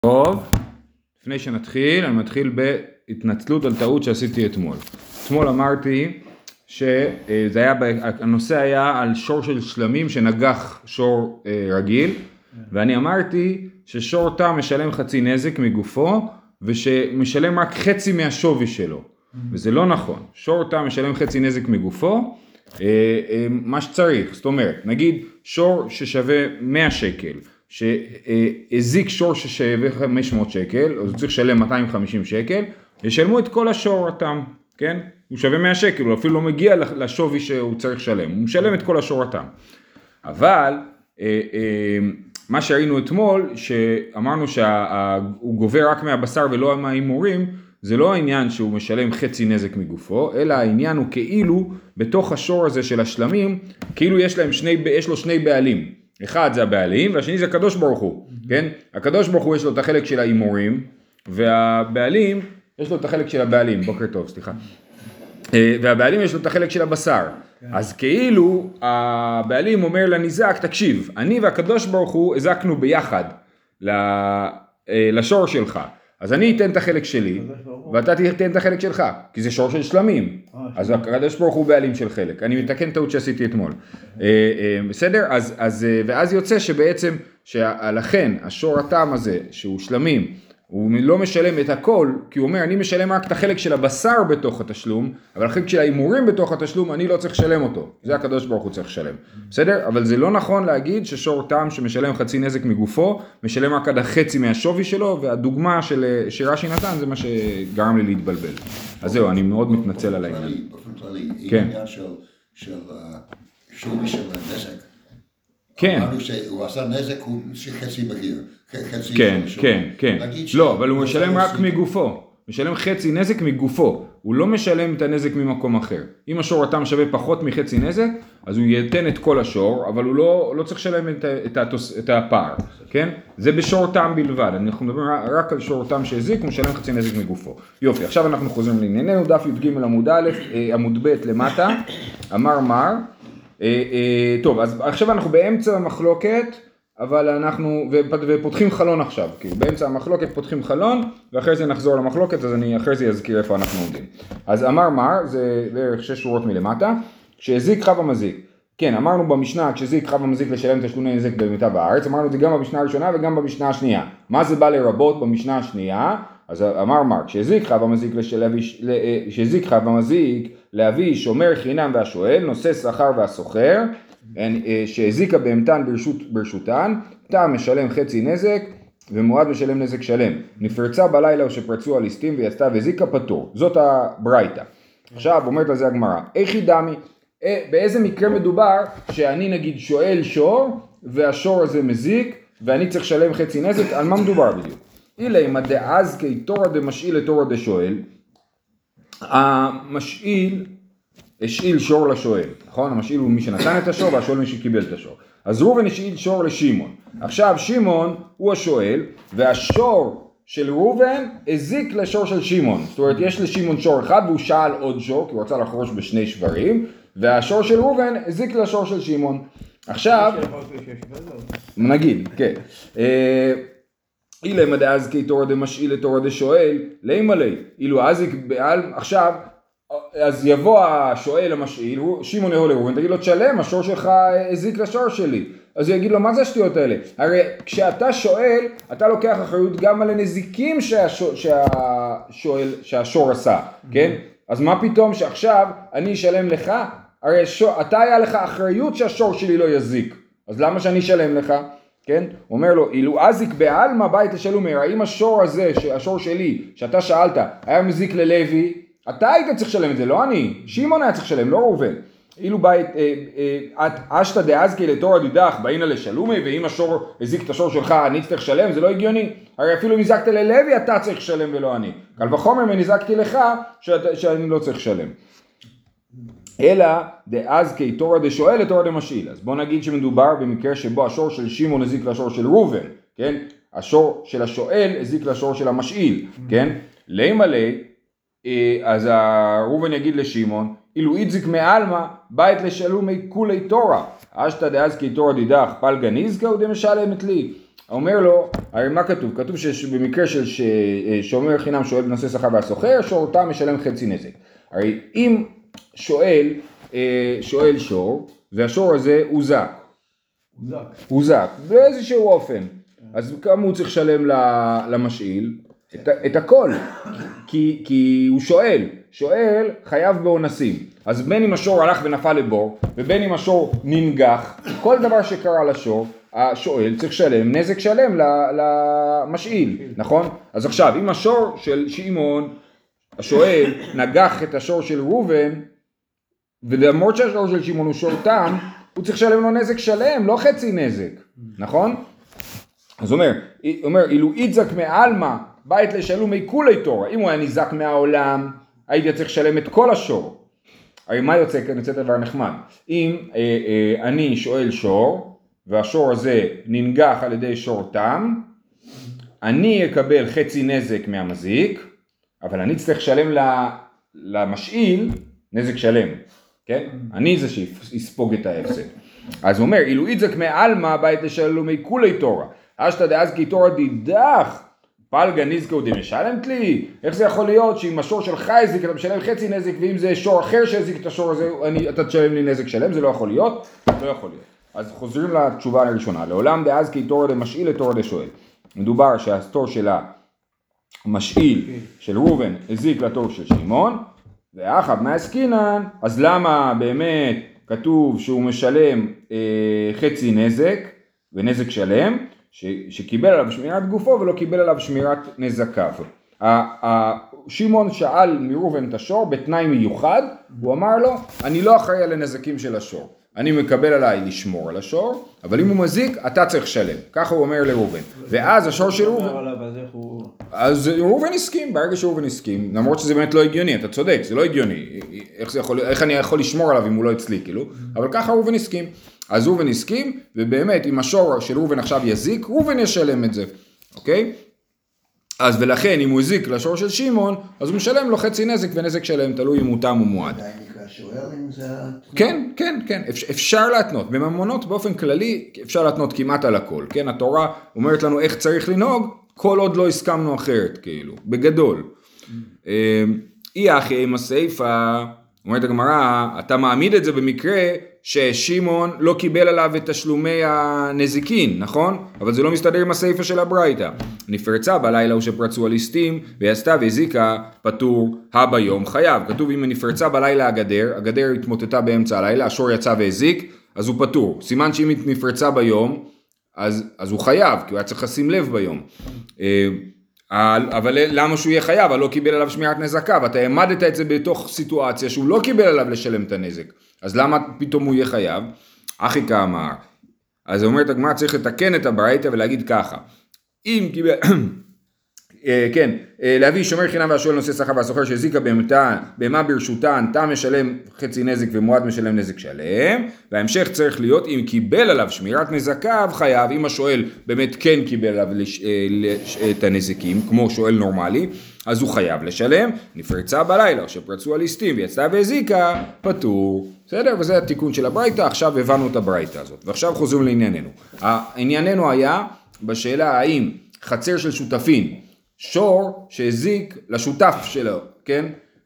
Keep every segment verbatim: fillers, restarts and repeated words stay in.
טוב, לפני שנתחיל, אני מתחיל בהתנצלות על טעות שעשיתי אתמול. אתמול אמרתי שזה היה, הנושא היה על שור של שלמים שנגח שור רגיל, ואני אמרתי ששור תם משלם חצי נזק מגופו, ושמשלם רק חצי מהשווי שלו. וזה לא נכון. שור תם משלם חצי נזק מגופו, מה שצריך. זאת אומרת, נגיד שור ששווה מאה שקל, שהזיק שור ששווה חמש מאות שקל, אז הוא צריך לשלם מאתיים וחמישים שקל, ישלמו את כל השור התם, כן? הוא שווה מאה שקל, הוא אפילו לא מגיע לשווי שהוא צריך לשלם, הוא משלם את כל השור התם. אבל מה שראינו אתמול, שאמרנו שהוא גובר רק מהבשר ולא מההימורים, זה לא העניין שהוא משלם חצי נזק מגופו, אלא העניין הוא כאילו בתוך השור הזה של השלמים, כאילו יש להם שני, יש לו שני בעלים. אחד זה הבעלים, והשני זה הקדוש ברוך הוא, כן? הקדוש ברוך הוא יש לו את החלק של ההימורים, והבעלים יש לו את החלק של הבעלים, בוקר טוב, סליחה. והבעלים יש לו את החלק של הבשר. אז כאילו הבעלים אומר לניזק, תקשיב, אני והקדוש ברוך הוא הזקנו ביחד לשור שלך. אז אני אתן את החלק שלי, ואתה תתן את החלק שלך, כי זה שור של שלמים. אז הקדוש ברוך הוא בעלים של חלק. אני מתקן טעות שעשיתי אתמול. בסדר? אז, אז, ואז יוצא שבעצם, לכן השור התם הזה, שהוא שלמים, הוא לא משלם את הכל, כי הוא אומר, אני משלם רק את החלק של הבשר בתוך התשלום, אבל החלק של ההימורים בתוך התשלום, אני לא צריך לשלם אותו. זה הקדוש ברוך הוא צריך לשלם. בסדר? אבל זה לא נכון להגיד ששור תם שמשלם חצי נזק מגופו, משלם רק עד החצי מהשווי שלו, והדוגמה של שרש"י נתן, זה מה שגרם לי להתבלבל. אז זהו, אני מאוד מתנצל על העניין. באופן כללי, העניין של שווי של נזק. כן. אמרנו שהוא עשה נזק, הוא חצי מחיר. כן, כן, כן. לא, אבל הוא משלם רק מגופו. משלם חצי נזק מגופו. הוא לא משלם את הנזק ממקום אחר. אם השור התם שווה פחות מחצי נזק, אז הוא ייתן את כל השור, אבל הוא לא, לא צריך לשלם את, את, התוס, את הפער. כן? זה בשור תם בלבד. אנחנו מדברים רק על שור תם שהזיק, הוא משלם חצי נזק מגופו. יופי, עכשיו אנחנו חוזרים לענייננו, דף י"ג עמוד א', עמוד ב' למטה. אמר מר. טוב, אז עכשיו אנחנו באמצע המחלוקת, אבל אנחנו, ופותחים חלון עכשיו, כאילו באמצע המחלוקת פותחים חלון, ואחרי זה נחזור למחלוקת, אז אני אחרי זה אזכיר איפה אנחנו עומדים. אז אמר מר, זה בערך שש שורות מלמטה, כשהזיק חב המזיק. כן, אמרנו במשנה, כשהזיק חב המזיק לשלם תשלומי נזק במיטב הארץ, אמרנו את זה גם במשנה הראשונה וגם במשנה השנייה. מה זה בא לרבות במשנה השנייה? אז אמר מר, כשהזיק חב המזיק לשלם, כשהזיק חב המזיק להביא שומר חינם והשואל, נושא שכר והסוחר, שהזיקה בהמתן ברשות, ברשותן, תם משלם חצי נזק ומועד משלם נזק שלם. נפרצה בלילה או שפרצו הליסטים ויצתה והזיקה פטור. זאת הברייתא. עכשיו אומרת לזה הגמרא, איך ידמי? באיזה מקרה מדובר שאני נגיד שואל שור והשור הזה מזיק ואני צריך לשלם חצי נזק, על מה מדובר בדיוק? אילה אם הדאזקי תורא דמשאיל לתורא דשואל, המשאיל השאיל שור לשואל, נכון? המשאיל הוא מי שנתן את השור והשואל מי שקיבל את השור. אז ראובן השאיל שור לשמעון. עכשיו שמעון הוא השואל והשור של ראובן הזיק לשור של שמעון. זאת אומרת יש לשמעון שור אחד והוא שאל עוד שור כי הוא רצה לחרוש בשני שברים, והשור של ראובן הזיק לשור של שמעון. עכשיו, נגיד, כן. אילם הדאזקי תורא דמשאיל לתורא דשואל, לימה לי. אילו אזיק בעל, עכשיו, אז יבוא השואל המשאיל, שמעון יבוא לראובן, תגיד לו תשלם, השור שלך הזיק לשור שלי. אז הוא יגיד לו, מה זה השטויות האלה? הרי כשאתה שואל, אתה לוקח אחריות גם על הנזיקים שהשואל, שהשואל, שהשור עשה, כן? אז מה פתאום שעכשיו אני אשלם לך? הרי שור, אתה היה לך אחריות שהשור שלי לא יזיק. אז למה שאני אשלם לך? כן? הוא אומר לו, אילו אזיק בעלמא בית לשלומי, האם השור הזה, השור שלי, שאתה שאלת, היה מזיק ללוי, אתה היית צריך לשלם את זה, לא אני. שמעון היה צריך לשלם, לא ראובן. אילו בית, אשתא דאזקי לתורא דידך, באינה לשלומי, ואם השור הזיק את השור שלך, אני צריך לשלם, זה לא הגיוני. הרי אפילו אם הזקת ללוי, אתה צריך לשלם ולא אני. קל וחומר אם הזקתי לך, שאני לא צריך לשלם. אלא דאזקי תורא דשואל לתורא דמשאיל. אז בוא נגיד שמדובר במקרה שבו השור של שמעון הזיק לשור של ראובן, כן? השור של השואל הזיק לשור של המשאיל, כן? לימה לי, אז ראובן יגיד לשמעון, אילו איזיק מעלמא בית לשלומי כולי תורא, אשתא דאזקי תורא דידך פלגה נזקה ודמשלמת לי. אומר לו, הרי מה כתוב? כתוב שבמקרה של שומר חינם שואל בנושא שכר והסוחר, שור תם משלם חצי נזק. הרי אם שואל, שואל שור, והשור הזה הוא זק. הוא זק. הוא זק, באיזשהו אופן. אז כמה הוא צריך לשלם למשאיל? את, את הכל. כי, כי הוא שואל, שואל חייב באונסים. אז בין אם השור הלך ונפל לבור, ובין אם השור ננגח, כל דבר שקרה לשור, השואל צריך לשלם נזק שלם למשאיל, נכון? אז עכשיו, אם השור של שמעון, השואל, נגח את השור של ראובן, ולמרות שהשור של שמעון הוא שור תם, הוא צריך לשלם לו נזק שלם, לא חצי נזק, נכון? אז אומר, אומר, אילו יצק מעלמא, בית לשלומי כולי תורה, אם הוא היה נזק מהעולם, הייתי צריך לשלם את כל השור. הרי מה יוצא כאן? יוצא דבר נחמד. אם אה, אה, אני שואל שור, והשור הזה ננגח על ידי שור תם, אני אקבל חצי נזק מהמזיק, אבל אני צריך לשלם למשאיל נזק שלם, כן? אני זה שיספוג את ההפסד. אז הוא אומר, אילו יצק מעלמא בית לשלומי כולי תורה, אשתא דאז כי תורה דידך, פלגה נזקו דמשלמת לי, איך זה יכול להיות שאם השור שלך הזיק אתה משלם חצי נזק, ואם זה שור אחר שהזיק את השור הזה, אני, אתה תשלם לי נזק שלם? זה לא יכול להיות? לא יכול להיות. אז חוזרים לתשובה הראשונה, לעולם דאז כי תורה דמשאיל לתורה דשואל. מדובר שהתור של המשאיל של ראובן הזיק לתור של שמעון, ואחד מהסקינן, אז למה באמת כתוב שהוא משלם אה, חצי נזק ונזק שלם, ש, שקיבל עליו שמירת גופו ולא קיבל עליו שמירת נזקיו. שמעון שאל מראובן את השור בתנאי מיוחד, הוא אמר לו, אני לא אחראי על הנזקים של השור, אני מקבל עליי לשמור על השור, אבל אם הוא מזיק, אתה צריך לשלם. ככה הוא אומר לראובן. ואז השור של ראובן... אז ראובן הסכים, ברגע שראובן הסכים, למרות שזה באמת לא הגיוני, אתה צודק, זה לא הגיוני. איך, זה יכול, איך אני יכול לשמור עליו אם הוא לא אצלי, כאילו? אבל ככה ראובן הסכים. אז ראובן הסכים, ובאמת, אם השור של ראובן עכשיו יזיק, ראובן ישלם את זה. אוקיי? אז ולכן, אם הוא הזיק לשור של שמעון, אז הוא משלם לו חצי נזק ונזק שלם, תלוי אם הוא תם או מועד. כן, כן, כן, אפשר להתנות. בממונות באופן כללי אפשר להתנות כמעט על הכל. כן, התורה אומרת לנו איך צריך לנהוג, כל עוד לא הסכמנו אחרת, כאילו, בגדול. אי אחי עם הסעיפה, אומרת הגמרא, אתה מעמיד את זה במקרה ששמעון לא קיבל עליו את תשלומי הנזיקין, נכון? אבל זה לא מסתדר עם הסעיפה של הברייתא. נפרצה בלילה או שפרצו הליסטים, ויעשתה והזיקה פטור הביום חייב. כתוב אם נפרצה בלילה הגדר, הגדר התמוטטה באמצע הלילה, השור יצא והזיק, אז הוא פטור. סימן שאם נפרצה ביום, אז, אז הוא חייב, כי הוא היה צריך לשים לב ביום. אבל למה שהוא יהיה חייב? לא קיבל עליו שמירת נזקיו, אתה העמדת את זה בתוך סיטואציה שהוא לא קיבל עליו לשלם את הנזק, אז למה פתאום הוא יהיה חייב? אחי כאמר, אז אומרת הגמרא צריך לתקן את הברייתא ולהגיד ככה, אם קיבל, כן, להביא שומר חינם והשואל נושא שכר והסוחר שהזיקה בהמה ברשותן, תם משלם חצי נזק ומועד משלם נזק שלם, וההמשך צריך להיות אם קיבל עליו שמירת נזקיו חייב, אם השואל באמת כן קיבל עליו את הנזקים כמו שואל נורמלי, אז הוא חייב לשלם, נפרצה בלילה או שפרצו הליסטים ויצאה והזיקה, פטור. בסדר? וזה התיקון של הברייתא, עכשיו הבנו את הברייתא הזאת, ועכשיו חוזרים לענייננו. הענייננו היה בשאלה האם חצר של שותפין, שור שהזיק לשותף שלו, כן?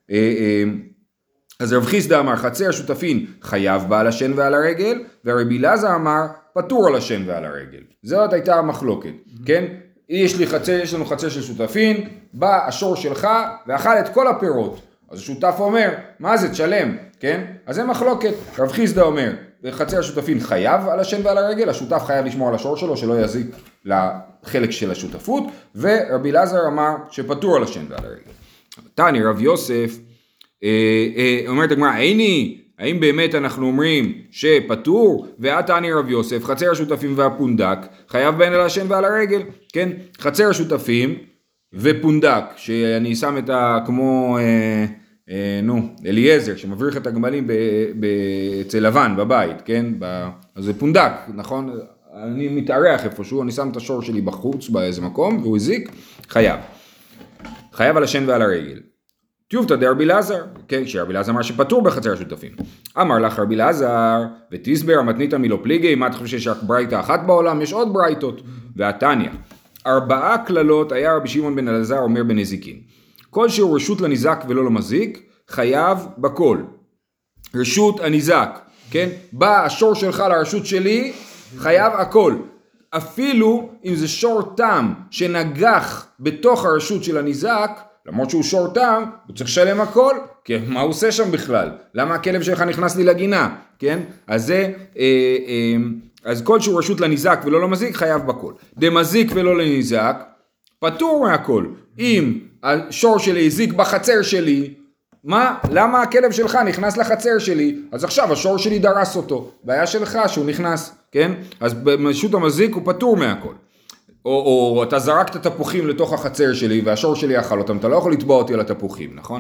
אז רב חיסדא אמר חצר שותפין חייב בעל השן ועל הרגל, ורבי אלעזר אמר פטור על השן ועל הרגל. זאת הייתה המחלוקת, כן? יש לי חצר, יש לנו חצר של שותפין, בא השור שלך ואכל את כל הפירות. אז השותף אומר, מה זה, תשלם, כן? אז זה מחלוקת. רב חיסדא אומר, חצר השותפין חייב על השן ועל הרגל, השותף חייב לשמור על השור שלו, שלא יזיק לחלק של השותפות, ורבי אלעזר אמר שפטור על השן ועל הרגל. תני רב יוסף, אה, אה, אומרת הגמרא, איני, האם באמת אנחנו אומרים שפטור, ועתני רב יוסף, חצר השותפים והפונדק, חייב בין על השן ועל הרגל, כן? חצר השותפים ופונדק, שאני שם את ה... כמו... אה, אה, נו, אליעזר, שמבריח את הגמלים אצל לבן, בבית, כן? ב... אז זה פונדק, נכון? אני מתארח איפשהו, אני שם את השור שלי בחוץ באיזה מקום, והוא הזיק, חייב. חייב על השן ועל הרגל. תיובתא דרבי אלעזר, כן, כשרבי אלעזר אמר שפטור בחצר השותפים. אמר לך רבי אלעזר, ותסבר המתניתא מלא פליגי, מה אתה חושב שיש רק ברייתא אחת בעולם? יש עוד ברייתות. והתניא, ארבעה כללות היה רבי שמעון בן אלעזר אומר בנזיקין. כל שהוא רשות לניזק ולא למזיק, חייב בכל. רשות הניזק, כן? בא השור שלך לרשות שלי, חייב הכל. אפילו אם זה שור תם שנגח בתוך הרשות של הניזק, למרות שהוא שור תם, הוא צריך לשלם הכל, כי מה הוא עושה שם בכלל? למה הכלב שלך נכנס לי לגינה? כן? אז זה, אה, אה, אז כל שהוא רשות לניזק ולא למזיק, חייב בכל. דמזיק ולא לניזק, פטור מהכל. אם השור שלי הזיק בחצר שלי, מה? למה הכלב שלך נכנס לחצר שלי? אז עכשיו השור שלי דרס אותו. בעיה שלך שהוא נכנס, כן? אז ברשות המזיק הוא פטור מהכל. או, או אתה זרקת תפוחים לתוך החצר שלי והשור שלי אכל אותם, אתה לא יכול לתבוע אותי על התפוחים, נכון?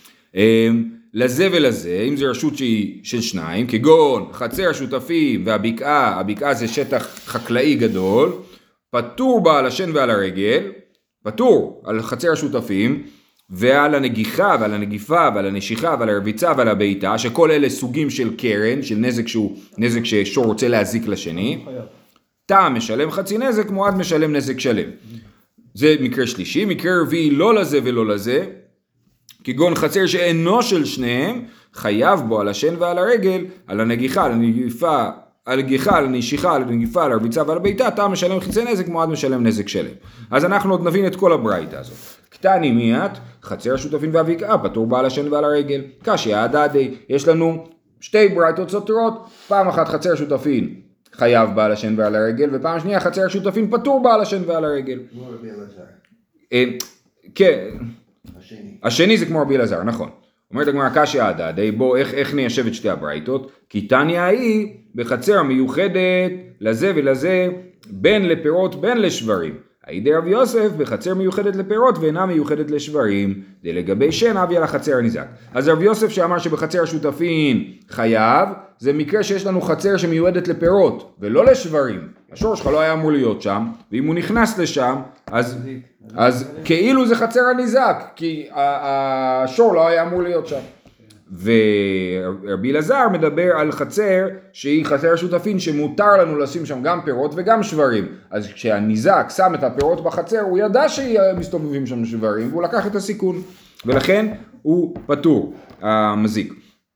לזה ולזה, אם זה רשות שהיא של שניים, כגון חצר השותפים והבקעה, הבקעה זה שטח חקלאי גדול, פטור בה על השן ועל הרגל, פטור על חצר השותפים, ועל הנגיחה ועל הנגיפה ועל הנשיכה ועל הרביצה ועל הביתה, שכל אלה סוגים של קרן, של נזק שהוא נזק ששור רוצה להזיק לשני, תם משלם חצי נזק, מועד משלם נזק שלם. זה מקרה שלישי. מקרה רביעי לא לזה ולא לזה, כגון חצר שאינו של שניהם, חייב בו על השן ועל הרגל, על הנגיחה, על הנגיפה, על הנגיחה, על הנשיכה, על הנגיפה, על הרביצה ועל הביתה, תם משלם חצי נזק, מועד משלם נזק שלם. אז אנחנו עוד נבין את כל הברייתא הזאת. קטני מיית, חצר השותפים והבקעה, פטור בעל השן ועל הרגל. קשיא הדדי, יש לנו שתי ברייתות סותרות, פעם אחת חצר השותפים חייב בעל השן ועל הרגל, ופעם שנייה חצר השותפים פטור בעל השן ועל הרגל. כמו רבי אלעזר. כן. השני. השני זה כמו רבי אלעזר, נכון. אומרת הגמרא קשיא הדדי, בוא איך, איך ניישב את שתי הברייתות? כי תניא היא בחצר המיוחדת לזה ולזה, בין לפירות בין לשברים. הידי רבי יוסף בחצר מיוחדת לפירות ואינה מיוחדת לשברים, זה לגבי שן אבי על החצר הניזק. אז רבי יוסף שאמר שבחצר השותפין חייב, זה מקרה שיש לנו חצר שמיועדת לפירות ולא לשברים. השור שלך לא היה אמור להיות שם, ואם הוא נכנס לשם, אז, אז כאילו זה חצר הניזק, כי השור לא היה אמור להיות שם. ורבי אלעזר מדבר על חצר שהיא חצר השותפין שמותר לנו לשים שם גם פירות וגם שברים. אז כשהניזק שם את הפירות בחצר הוא ידע שמסתובבים שם שברים והוא לקח את הסיכון ולכן הוא פטור המזיק.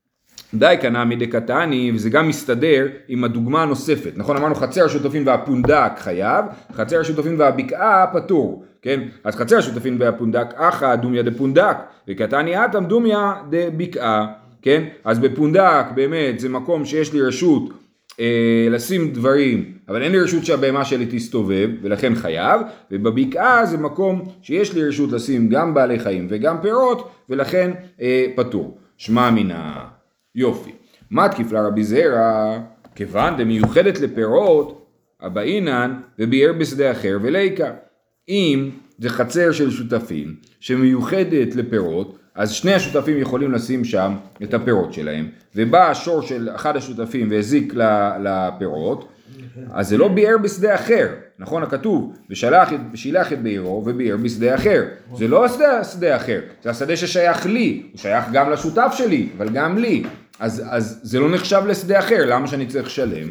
די קנמי דקתני, וזה גם מסתדר עם הדוגמה הנוספת. נכון, אמרנו חצר השותפין והפונדק חייב, חצר השותפין והבקעה פטור. כן? אז חצר השותפין והפונדק אחא דומיה דפונדק, וקטני אתם דומיה דבקעה. כן? אז בפונדק באמת זה מקום שיש לי רשות אה, לשים דברים, אבל אין לי רשות שהבהמה שלי תסתובב, ולכן חייב. ובבקעה זה מקום שיש לי רשות לשים גם בעלי חיים וגם פירות, ולכן אה, פטור. שמע מינה. יופי. מה תקיף לרבי זרע? כיוון דמיוחדת לפירות, הבאינן וביער בשדה אחר וליקה. אם זה חצר של שותפים שמיוחדת לפירות, אז שני השותפים יכולים לשים שם את הפירות שלהם, ובא השור של אחד השותפים והזיק לפירות, אז זה לא ביער בשדה אחר, נכון? הכתוב, ושילח את ביערו וביער בשדה אחר. זה לא השדה, שדה אחר, זה השדה ששייך לי, הוא שייך גם לשותף שלי, אבל גם לי. אז, אז זה לא נחשב לשדה אחר, למה שאני צריך לשלם?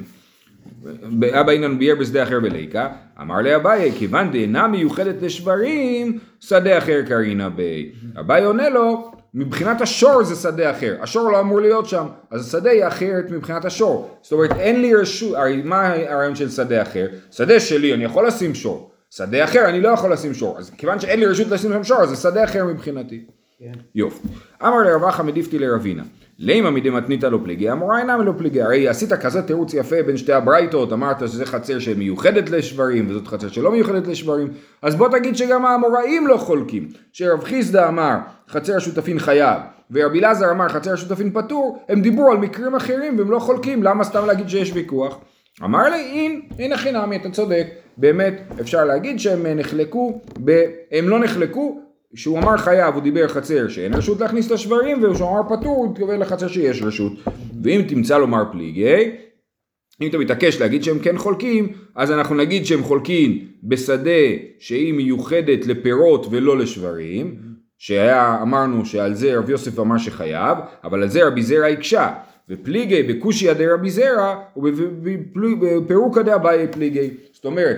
אבא אינן ביער בשדה אחר וליקה, אמר לאביי, כיוון דאינה מיוחדת לשברים, שדה אחר קרינה בי. אביי עונה לו, מבחינת השור זה שדה אחר, השור לא אמור להיות שם, אז השדה היא אחרת מבחינת השור. זאת אומרת, אין לי רשות, הרי מה הרעיון של שדה אחר? שדה שלי, אני יכול לשים שור, שדה אחר אני לא יכול לשים שור, אז כיוון שאין לי רשות לשים שם שור, אז זה שדה אחר מבחינתי. יופי. אמר לרב אחא מדיפתי לרבינה, לימה מדמתניתא לא פליגי, אמורה אינה מלא פליגי. הרי עשית כזה תירוץ יפה בין שתי הברייתות, אמרת שזה חצר שמיוחדת לשברים וזאת חצר שלא מיוחדת לשברים, אז בוא תגיד שגם האמוראים לא חולקים. שרב חיסדא אמר חצר השותפין חייב ורבי אלעזר אמר חצר השותפין פטור, הם דיברו על מקרים אחרים והם לא חולקים, למה סתם להגיד שיש ויכוח? אמר לי, אין, אין הכי נעמי, אתה צודק, באמת אפשר להגיד שהם נחלקו, ב... הם לא נחלקו, שהוא אמר חייב, הוא דיבר חצר שאין רשות להכניס את השברים, וכשהוא אמר פטור, הוא התכוון לחצר שיש רשות. ואם תמצא לומר פליגי, אם אתה מתעקש להגיד שהם כן חולקים, אז אנחנו נגיד שהם חולקים בשדה שהיא מיוחדת לפירות ולא לשברים, שהיה, אמרנו שעל זה רב יוסף אמר שחייב, אבל על זה רבי זרע הקשה. ופליגי בקושי עדי רבי זרע, ובפירוקא דאביי פליגי. זאת אומרת,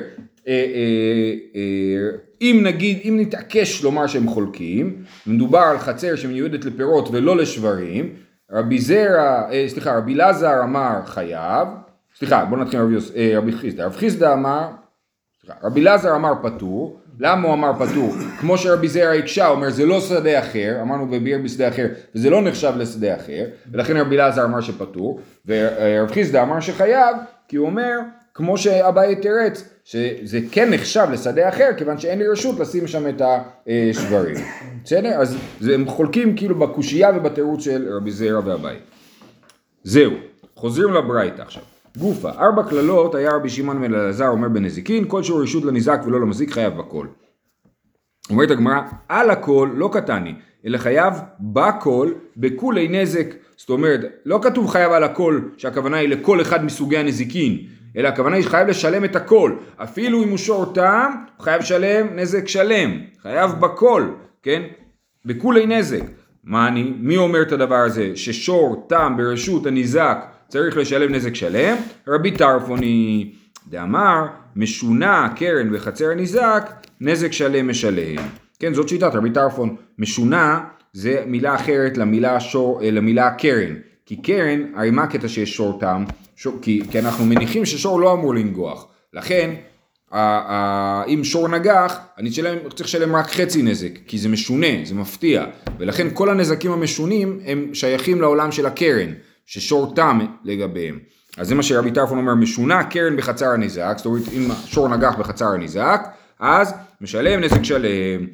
אם נגיד, אם נתעקש לומר שהם חולקים, מדובר על חצר שמיועדת לפירות ולא לשברים, רבי זרע, סליחה, רבי אלעזר אמר חייב, סליחה, בואו נתחיל רבי, רבי חיסדא, רבי חיסדא אמר, סליחה, רבי אלעזר אמר פטור, למה הוא אמר פטור? כמו שרבי זרע הקשה, הוא אומר זה לא שדה אחר, אמרנו בביאר בשדה אחר, וזה לא נחשב לשדה אחר, ולכן רבי אלעזר אמר שפטור, ורבי חיסדא אמר שחייב, כי הוא אומר, כמו שאביי תירץ, שזה כן נחשב לשדה אחר, כיוון שאין לי רשות לשים שם את השברים. בסדר? אז הם חולקים כאילו בקושייה ובתירוץ של רבי זרע ואביי. זהו, חוזרים לברייתא עכשיו. גופה, ארבע כללות היה רבי שמעון בן אלעזר אומר בנזיקין, כל שהוא רשות לנזק ולא למזיק חייב בכל. אומרת הגמרא, על הכל לא קטני, אלא חייב בכל בכולי נזק. זאת אומרת, לא כתוב חייב על הכל, שהכוונה היא לכל אחד מסוגי הנזיקין, אלא הכוונה היא חייב לשלם את הכל. אפילו אם הוא שור טעם, הוא חייב לשלם נזק שלם. חייב בכל, כן? בכולי נזק. מה אני? מי אומר את הדבר הזה? ששור טעם ברשות הנזק צריך לשלם נזק שלם? רבי טרפוני דאמר, משונה קרן בחצר הנזק, נזק שלם משלם. כן, זאת שיטת רבי טרפון. משונה זה מילה אחרת למילה, שור, למילה קרן. כי קרן, הרי מה הקטע שיש שור טעם? שור, כי, כי אנחנו מניחים ששור לא אמור לנגוח. לכן, ה, ה, אם שור נגח, אני שלם, צריך לשלם רק חצי נזק, כי זה משונה, זה מפתיע. ולכן כל הנזקים המשונים הם שייכים לעולם של הקרן, ששור טעם לגביהם. אז זה מה שרבי טרפון אומר, משונה קרן בחצר הנזק, זאת אומרת, אם שור נגח בחצר הנזק, אז משלם נזק שלם.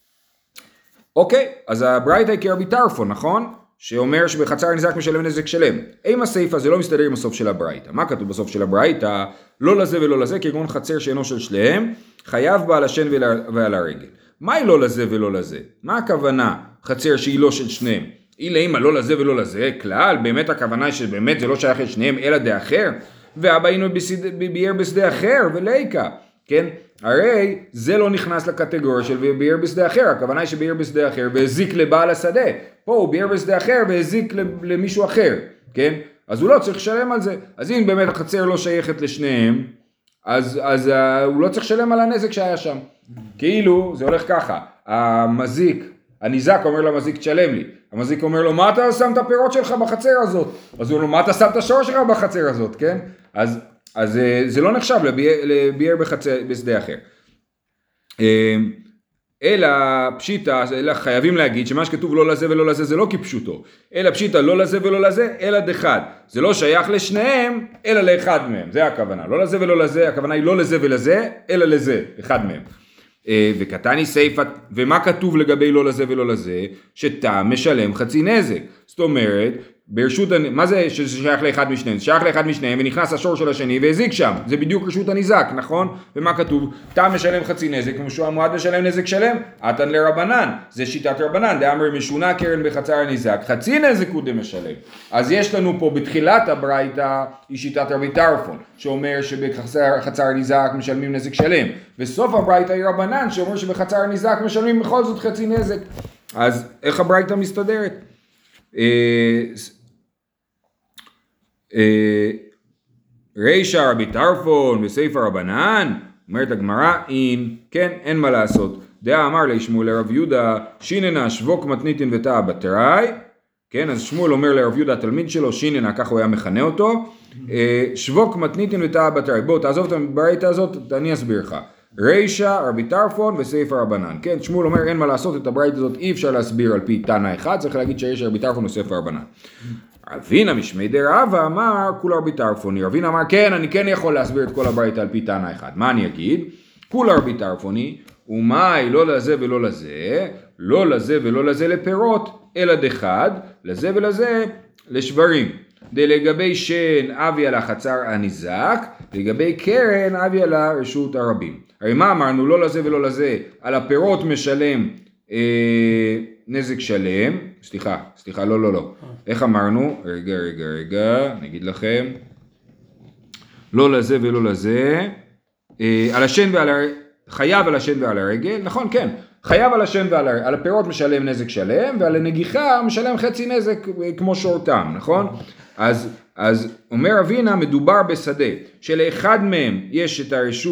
אוקיי, אז הברייתא היא כרבי טרפון, נכון? שאומר שבחצר הנזק משלם נזק שלם. אם הסעיף הזה לא מסתדר עם הסוף של הברייתא. מה כתוב בסוף של הברייתא? לא לזה ולא לזה, כגון חצר שאינו של שניהם, חייב בה על השן ועל הרגל. מה היא לא לזה ולא לזה? מה הכוונה חצר שהיא לא של שניהם? היא לאמא לא לזה ולא לזה, כלל, באמת הכוונה היא שבאמת זה לא שייך לשניהם אלא דה אחר, ואבא היינו ביאר בשדה אחר וליקה, כן? הרי זה לא נכנס לקטגוריה של ביאר בשדה אחר, הכוונה היא שביאר בשדה אחר והזיק לבעל השדה, פה הוא ביאר בשדה אחר והזיק למישהו אחר, כן? אז הוא לא צריך לשלם על זה, אז אם באמת החצר לא שייכת לשניהם, אז, אז uh, הוא לא צריך לשלם על הנזק שהיה שם, כאילו זה הולך ככה, המזיק, הניזק אומר למזיק תשלם לי, המזיק אומר לו מה אתה שם את הפירות שלך בחצר הזאת, אז הוא אומר לו מה אתה שם את השור שלך בחצר הזאת, כן? אז אז זה לא נחשב לביאר בחצר, בשדה אחר. אלא פשיטה, אלא חייבים להגיד שמה שכתוב לא לזה ולא לזה זה לא כפשוטו. אלא פשיטה לא לזה ולא לזה, אלא דחד. זה לא שייך לשניהם, אלא לאחד מהם. זה הכוונה. לא לזה ולא לזה, הכוונה היא לא לזה ולזה, אלא לזה, אחד מהם. וקטני סייפת, ומה כתוב לגבי לא לזה ולא לזה? שטעם משלם חצי נזק. זאת אומרת, ברשות, מה זה ששייך לאחד משניהם? זה שייך לאחד משניהם ונכנס השור של השני והזיק שם. זה בדיוק רשות הנזק, נכון? ומה כתוב? טעם משלם חצי נזק, מועד משלם נזק שלם. עתן לרבנן, זה שיטת רבנן. דאמר משונה קרן בחצר הנזק, חצי נזק הוא דמשלם. אז יש לנו פה בתחילת הברייתא, היא שיטת רבי טרפון, שאומר שבחצר הנזק משלמים נזק שלם. וסוף הברייתא היא רבנן, שאומר שבחצר הנזק משלמים בכל זאת חצי נזק. אז איך הברייתא מסתדרת? רישא רבי טרפון וסייפא רבנן, אומרת הגמרא, אין, כן, אין מה לעשות. דעה אמר לי שמואל לרב יהודה, שיננה שבוק מתניתין ותאה בתראי, כן, אז שמואל אומר לרב יהודה התלמיד שלו, שיננה, ככה הוא היה מכנה אותו, שבוק מתניתין ותאה בתראי. בוא תעזוב את הברייתא הזאת, אני אסביר לך. רישא רבי טרפון וסייפא רבנן, כן, שמואל אומר אין מה לעשות, את הברייתא הזאת אי אפשר להסביר על פי תנא אחד, צריך להגיד שיש רבי טרפון וסייפא רבנן. רבינה משמי דרבא אמר כולה רבי טרפוני, רבינה אמר כן, אני כן יכול להסביר את כל הברייתא על פי תנא אחד. מה אני אגיד? כולה רבי טרפוני, ומאי לא לזה ולא לזה, לא לזה ולא לזה לפירות, אלא דחד, לזה ולזה לשברים. דלגבי שן אבי על החצר הנזק, לגבי קרן אבי על הרשות הרבים. הרי מה אמרנו? לא לזה ולא לזה, על הפירות משלם אה, נזק שלם, סליחה, סליחה, לא, לא, לא. איך אמרנו? רגע, רגע, רגע, נגיד לכם. לא לזה ולא לזה, אה, על השן ועל הרגל, חייב על השן ועל הרגל, נכון, כן. חייב על השן ועל הרגל, על הפירות משלם נזק שלם, ועל הנגיחה משלם חצי נזק כמו שורתם, נכון? אז, אז אומר אבינה, מדובר בשדה, שלאחד מהם יש את הרשות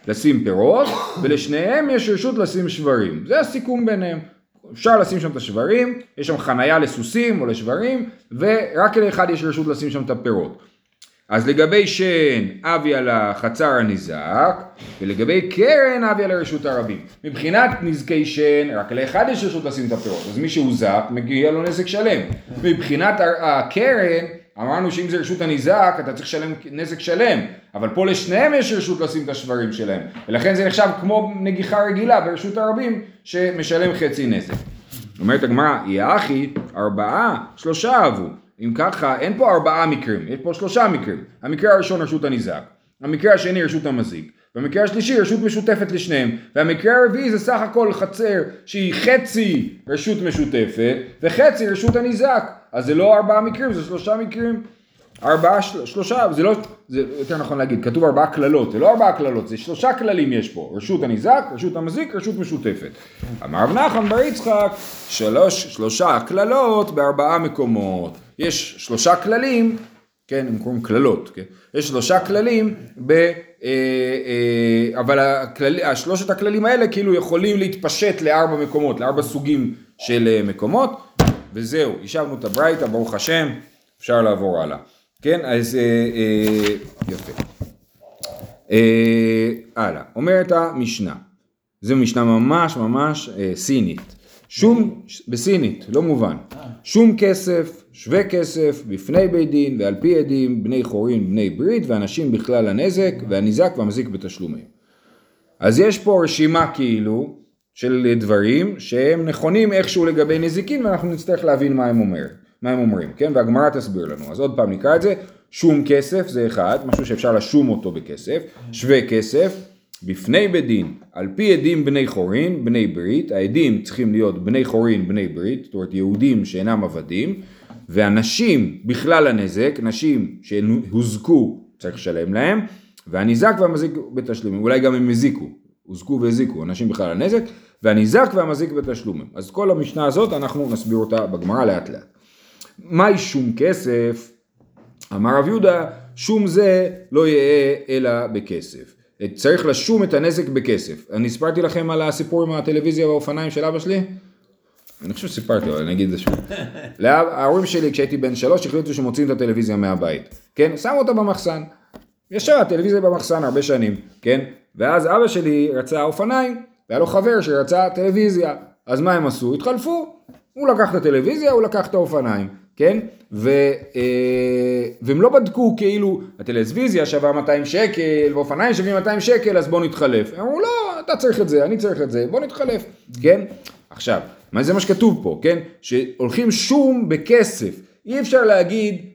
לשים פירות, ולשניהם יש רשות לשים שברים. זה הסיכום ביניהם. אפשר לשים שם את השברים, יש שם חנייה לסוסים או לשברים, ורק לאחד יש רשות לשים שם את הפירות. אז לגבי שן, אבי על החצר הניזק, ולגבי קרן, אבי על הרשות הרבים. מבחינת נזקי שן, רק לאחד יש רשות לשים את הפירות, אז מי שהוזק, מגיע לו נזק שלם. מבחינת הקרן, אמרנו שאם זה רשות הניזק, אתה צריך לשלם נזק שלם, אבל פה לשניהם יש רשות לשים את השברים שלהם, ולכן זה נחשב כמו נגיחה רגילה ברשות הרבים, שמשלם חצי נזק. אומרת הגמרא, יא אחי, ארבעה, שלושה אבו. אם ככה, אין פה ארבעה מקרים, יש פה שלושה מקרים. המקרה הראשון רשות הניזק, המקרה השני רשות המזיק, והמקרה השלישי רשות משותפת לשניהם, והמקרה הרביעי זה סך הכל חצר שהיא חצי רשות משותפת וחצי רשות הניזק. אז זה לא ארבעה מקרים, זה שלושה מקרים. ארבעה, של, שלושה, זה לא, זה יותר נכון להגיד, כתוב ארבעה כללות, זה לא ארבעה כללות, זה שלושה כללים יש פה, רשות הניזק, רשות המזיק, רשות משותפת. אמר רב נחמן בר יצחק, שלוש, שלושה כללות בארבעה מקומות. יש שלושה כללים, כן, הם קוראים כללות, כן? יש שלושה כללים, ב, אה, אה, אבל הכלל, השלושת הכללים האלה כאילו יכולים להתפשט לארבע מקומות, לארבע סוגים של מקומות, וזהו, ישבנו את הברייתא, ברוך השם, אפשר לעבור הלאה. כן, אז אה, אה, יפה. אה, הלאה, אומרת המשנה, זו משנה ממש ממש אה, סינית. שום, בסינית, לא מובן. שום כסף, שווה כסף, בפני בית דין ועל פי עדים, בני חורין, בני ברית, ואנשים בכלל הנזק, והניזק והמזיק בתשלומים. אז יש פה רשימה כאילו של דברים שהם נכונים איכשהו לגבי נזיקין, ואנחנו נצטרך להבין מה הם אומר, מה הם אומרים, כן? והגמרא תסביר לנו. אז עוד פעם נקרא את זה, שום כסף זה אחד, משהו שאפשר לשום אותו בכסף, שווה כסף, בפני בית דין, על פי עדים בני חורין, בני ברית, העדים צריכים להיות בני חורין, בני ברית, זאת אומרת יהודים שאינם עבדים, ואנשים בכלל הנזק, נשים שהוזקו צריך לשלם להם, והניזק והמזיק בתשלומים, אולי גם הם הזיקו, הוזקו והזיקו, אנשים בכלל הנזק, והניזק והמזיק בתשלומים. אז כל המשנה הזאת אנחנו נסביר אותה בגמרא לאט לאט. מהי שום כסף? אמר רב יהודה, שום זה לא יהיה אלא בכסף. צריך לשום את הנזק בכסף. אני סיפרתי לכם על הסיפור עם הטלוויזיה והאופניים של אבא שלי? אני חושב שסיפרתי, אבל אני אגיד את זה שוב. ההורים שלי כשהייתי בן שלוש החליטו שמוצאים את הטלוויזיה מהבית. כן? שמו אותה במחסן. ישב הטלוויזיה במחסן הרבה שנים. כן? ואז אבא שלי רצה אופניים, והיה לו חבר שרצה טלוויזיה. אז מה הם עשו? התחלפו. הוא לקח את הטלוויזיה, הוא לקח את האופניים. כן? ו, אה, והם לא בדקו כאילו הטלוויזיה שווה מאתיים שקל ואופניים שווים מאתיים שקל, אז בוא נתחלף. הם אמרו לא, אתה צריך את זה, אני צריך את זה, בוא נתחלף. כן? עכשיו, מה זה מה שכתוב פה, כן? שהולכים שום בכסף. אי אפשר להגיד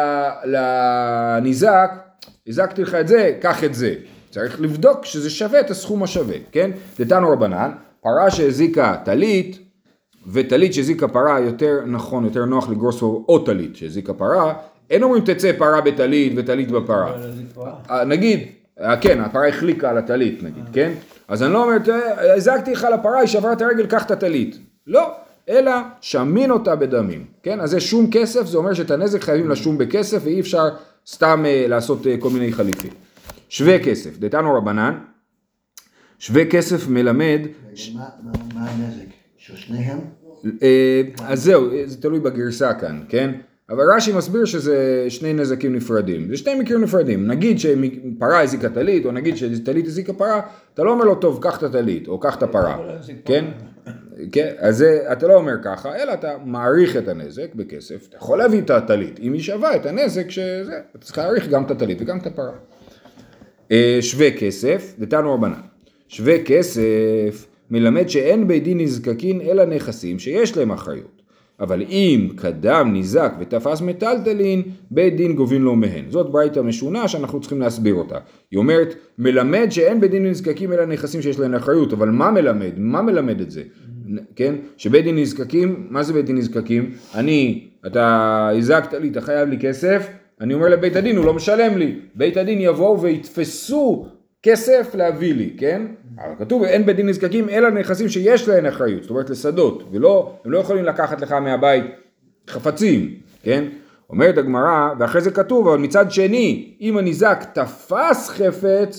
לניזק, הזקתי לך את זה, קח את זה. צריך לבדוק שזה שווה את הסכום השווה, כן? דתנו רבנן, פרה שהזיקה טלית, וטלית שהזיקה פרה יותר נכון, יותר נוח לגרוס או טלית שהזיקה פרה, אין אומרים תצא פרה בטלית וטלית בפרה. נגיד, כן, הפרה החליקה על הטלית נגיד, כן? אז אני לא אומר, הזקתי לך לפרה, היא שברה את הרגל, קח את הטלית. לא, אלא שמין אותה בדמים, כן? אז זה שום כסף, זה אומר שאת הנזק חייבים לשום בכסף, ואי אפשר סתם לעשות כל מיני חליפים. שווה כסף, דתנו רבנן, שווה כסף מלמד... מה הנזק? ששניהם? אז זהו, זה תלוי בגרסה כאן, כן? אבל רש"י מסביר שזה שני נזקים נפרדים, זה שני מקרים נפרדים, נגיד שפרה הזיקה טלית, או נגיד שטלית הזיקה פרה, אתה לא אומר לו טוב, קח את הטלית, או קח את הפרה, כן? כן? אז אתה לא אומר ככה, אלא אתה מעריך את הנזק בכסף, אתה יכול להביא את הטלית, אם היא שווה את הנזק שזה, אתה צריך להעריך גם את הטלית וגם את הפרה. שווה כסף, דתנו רבנן, שווה כסף, מלמד שאין בית דין נזקקין אלא נכסים שיש להם אחריות. אבל אם קדם נזק ותפס מטלטלין, בית דין גובין לו מהן. זאת ברייתא משונה שאנחנו צריכים להסביר אותה. היא אומרת, מלמד שאין בית דין נזקקים אלא נכסים שיש להם אחריות. אבל מה מלמד? מה מלמד את זה? כן? שבית דין נזקקים, מה זה בית דין נזקקים? אני, אתה הזקת לי, אתה חייב לי כסף, אני אומר לבית הדין, הוא לא משלם לי. בית הדין יבואו ויתפסו כסף להביא לי, כן? אבל כתוב, אין בית דין נזקקים אלא נכסים שיש להן אחריות, זאת אומרת לשדות, ולא, הם לא יכולים לקחת לך מהבית חפצים, כן? אומרת הגמרא, ואחרי זה כתוב, אבל מצד שני, אם הניזק תפס חפץ,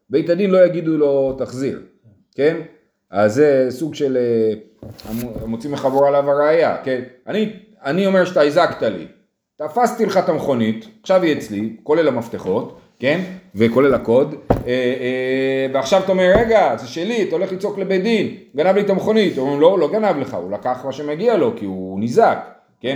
בית הדין לא יגידו לו תחזיר, כן? אז זה סוג של מוצאים מחבור עליו הראייה, כן? אני, אני אומר שאתה הזקת לי, תפסתי לך את המכונית, עכשיו היא אצלי, כולל המפתחות, כן? וכולל הקוד, אה, אה, ועכשיו אתה אומר, רגע, זה שלי, אתה הולך לצעוק לבית דין, גנב לי את המכונית, הוא אומר, לא, לא גנב לך, הוא לקח מה שמגיע לו, כי הוא נזק, כן?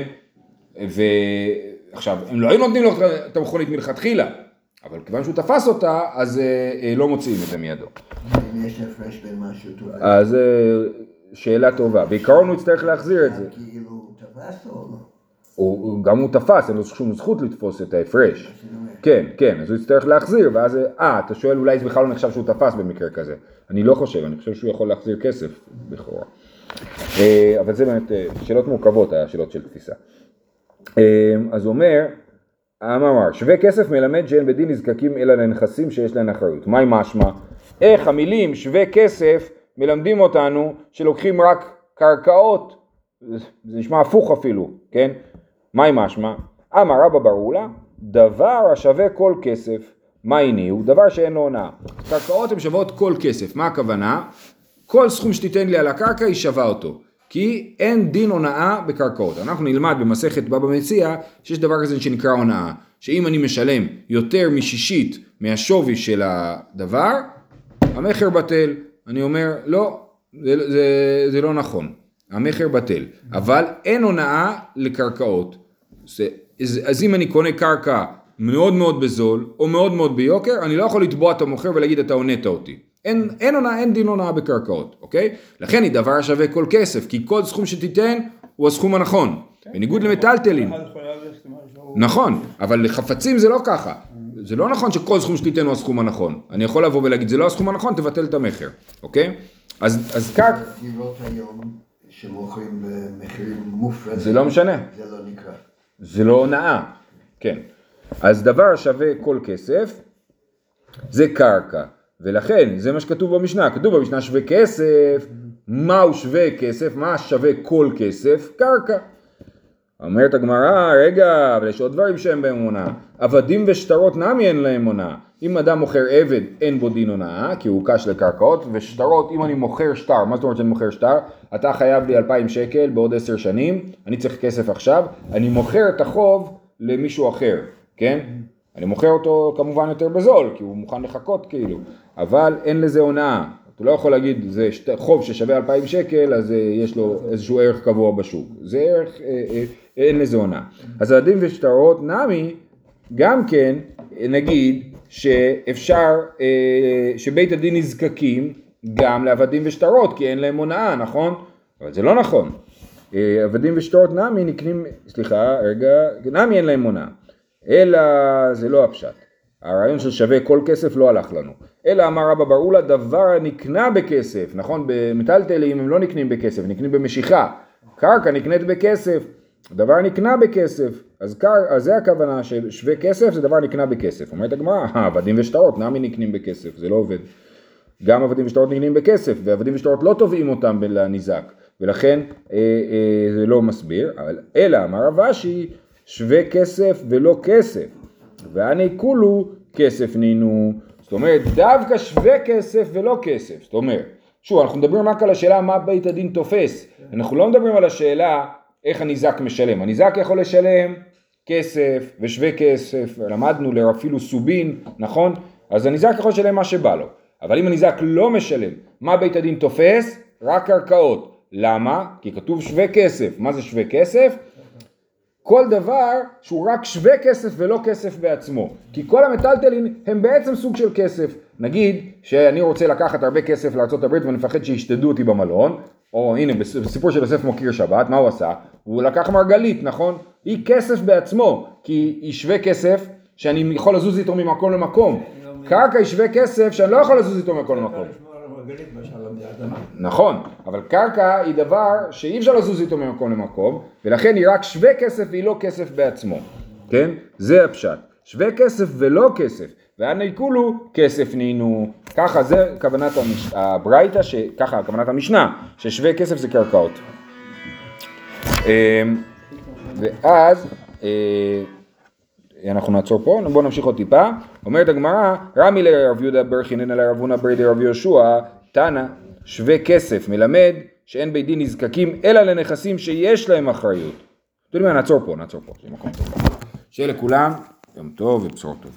ועכשיו, הם לא היו נותנים לו את המכונית מלכתחילה, אבל כיוון שהוא תפס אותה, אז אה, לא מוציאים את זה מידו. אם יש הפרש בין משהו טוב. אז אה, שאלה טובה, בעיקרון הוא יצטרך להחזיר את זה. כאילו הוא תפס או לא? הוא, גם הוא תפס, אין לו שום זכות לתפוס את ההפרש. כן, כן, אז הוא יצטרך להחזיר, ואז, אה, אתה שואל אולי זה בכלל לא נחשב שהוא תפס במקרה כזה. אני לא חושב, אני חושב שהוא יכול להחזיר כסף בכורה. אבל זה באמת שאלות מורכבות, השאלות של תפיסה. אז הוא אומר, אמר, שווה כסף מלמד שאין בדין נזקקים אלא לנכסים שיש להם אחריות. מהי משמע? איך המילים שווה כסף מלמדים אותנו שלוקחים רק קרקעות, זה נשמע הפוך אפילו, כן? מהי משמע? אמר רבא ברולה, דבר השווה כל כסף, מה הניעו? דבר שאין לו הונאה. קרקעות הן שוות כל כסף, מה הכוונה? כל סכום שתיתן לי על הקרקע היא שווה אותו, כי אין דין הונאה בקרקעות. אנחנו נלמד במסכת בבא מציעא שיש דבר כזה שנקרא הונאה, שאם אני משלם יותר משישית מהשווי של הדבר, המחיר בטל. אני אומר, לא, זה, זה, זה לא נכון. המחיר בטל, אבל אין הונאה לקרקעות. אז אם אני קונה קרקע מאוד מאוד בזול, או מאוד מאוד ביוקר, אני לא יכול לתבוע את המוכר ולהגיד אתה הונאת אותי. אין, אין הונאה, אין דין הונאה בקרקעות, אוקיי? לכן היא דבר שווה כל כסף, כי כל סכום שתיתן הוא הסכום הנכון, בניגוד למטלטלים. נכון, אבל לחפצים זה לא ככה. זה לא נכון שכל סכום שתיתן הוא הסכום הנכון. אני יכול לבוא ולהגיד, זה לא הסכום הנכון, תבטל את המחיר, אוקיי? אז, אז כך... דירות היום שמוכרים במחירים מופרזים. זה לא משנה. זה לא נקרא. זה לא הונאה, כן. אז דבר שווה כל כסף, זה קרקע. ולכן, זה מה שכתוב במשנה. כתוב במשנה שווה כסף. מהו שווה כסף? מה שווה כל כסף? קרקע. אומרת הגמרא, רגע, אבל יש עוד דברים שהם בהם הונאה. עבדים ושטרות נמי אין להם הונאה. אם אדם מוכר עבד, אין בו דין הונאה, כי הוא קש לקרקעות, ושטרות, אם אני מוכר שטר, מה זאת אומרת שאני מוכר שטר? אתה חייב לי אלפיים שקל בעוד עשר שנים, אני צריך כסף עכשיו, אני מוכר את החוב למישהו אחר, כן? אני מוכר אותו כמובן יותר בזול, כי הוא מוכן לחכות כאילו, אבל אין לזה הונאה. אתה לא יכול להגיד, זה חוב ששווה אלפיים שקל, אז יש לו איזשהו ערך קבוע בשוק. זה ערך, אין לזה הונאה. אז עבדים ושטרות נמי, גם כן, נגיד, שאפשר, שבית הדין נזקקים גם לעבדים ושטרות, כי אין להם הונאה, נכון? אבל זה לא נכון. עבדים ושטרות נמי נקנים, סליחה, רגע, נמי אין להם הונאה. אלא זה לא הפשט. הרעיון של שווה כל כסף לא הלך לנו. אלא אמר רבא ברולה, דבר נקנה בכסף, נכון? במטלטלים הם לא נקנים בכסף, נקנים במשיכה. קרקע נקנית בכסף, דבר נקנה בכסף. אז, קר, אז זה הכוונה של שווה כסף, זה דבר נקנה בכסף. אומרת הגמרא, עבדים ושטרות, נמי נקנים בכסף, זה לא עובד. גם עבדים ושטרות נקנים בכסף, ועבדים ושטרות לא תובעים אותם לניזק, ולכן אה, אה, זה לא מסביר. אלא אמר רב אשי, שווה כסף ולא כסף. ואני כולו כסף נינו. זאת אומרת, דווקא שווה כסף ולא כסף. זאת אומרת, שוב, אנחנו מדברים רק על השאלה מה בית הדין תופס. אנחנו לא מדברים על השאלה איך הניזק משלם. הניזק יכול לשלם כסף ושווה כסף. למדנו אפילו סובין, נכון? אז הניזק יכול לשלם מה שבא לו. אבל אם הניזק לא משלם, מה בית הדין תופס? רק קרקעות. למה? כי כתוב שווה כסף. מה זה שווה כסף? כל דבר שהוא רק שווה כסף ולא כסף בעצמו. כי כל המטלטלים הם בעצם סוג של כסף. נגיד שאני רוצה לקחת הרבה כסף לארצות הברית ואני מפחד שישתדו אותי במלון, או הנה בסיפור של יוסף מוקיר שבת, מה הוא עשה? הוא לקח מרגלית, נכון? היא כסף בעצמו, כי היא שווה כסף שאני יכול לזוז איתו ממקום למקום. קרקע היא שווה כסף שאני לא יכול לזוז איתו ממקום למקום. נכון, אבל קרקע היא דבר שאי אפשר לזוז איתו ממקום למקום, ולכן היא רק שווה כסף והיא לא כסף בעצמו, כן? זה הפשט, שווה כסף ולא כסף, ואני כולו כסף נינו, ככה זה כוונת המש... הברייתא, ש... ככה כוונת המשנה, ששווה כסף זה קרקעות. ואז אנחנו נעצור פה, בואו נמשיך עוד טיפה, אומרת הגמרא, רמי לרב יהודה בר חינן על רב הונא בר דרב יהושע, תנא, שווה כסף, מלמד שאין בית דין נזקקים אלא לנכסים שיש להם אחריות. אתם יודעים מה, נעצור פה, נעצור פה, זה מקום טוב. שיהיה לכולם יום טוב ובשורות טובות.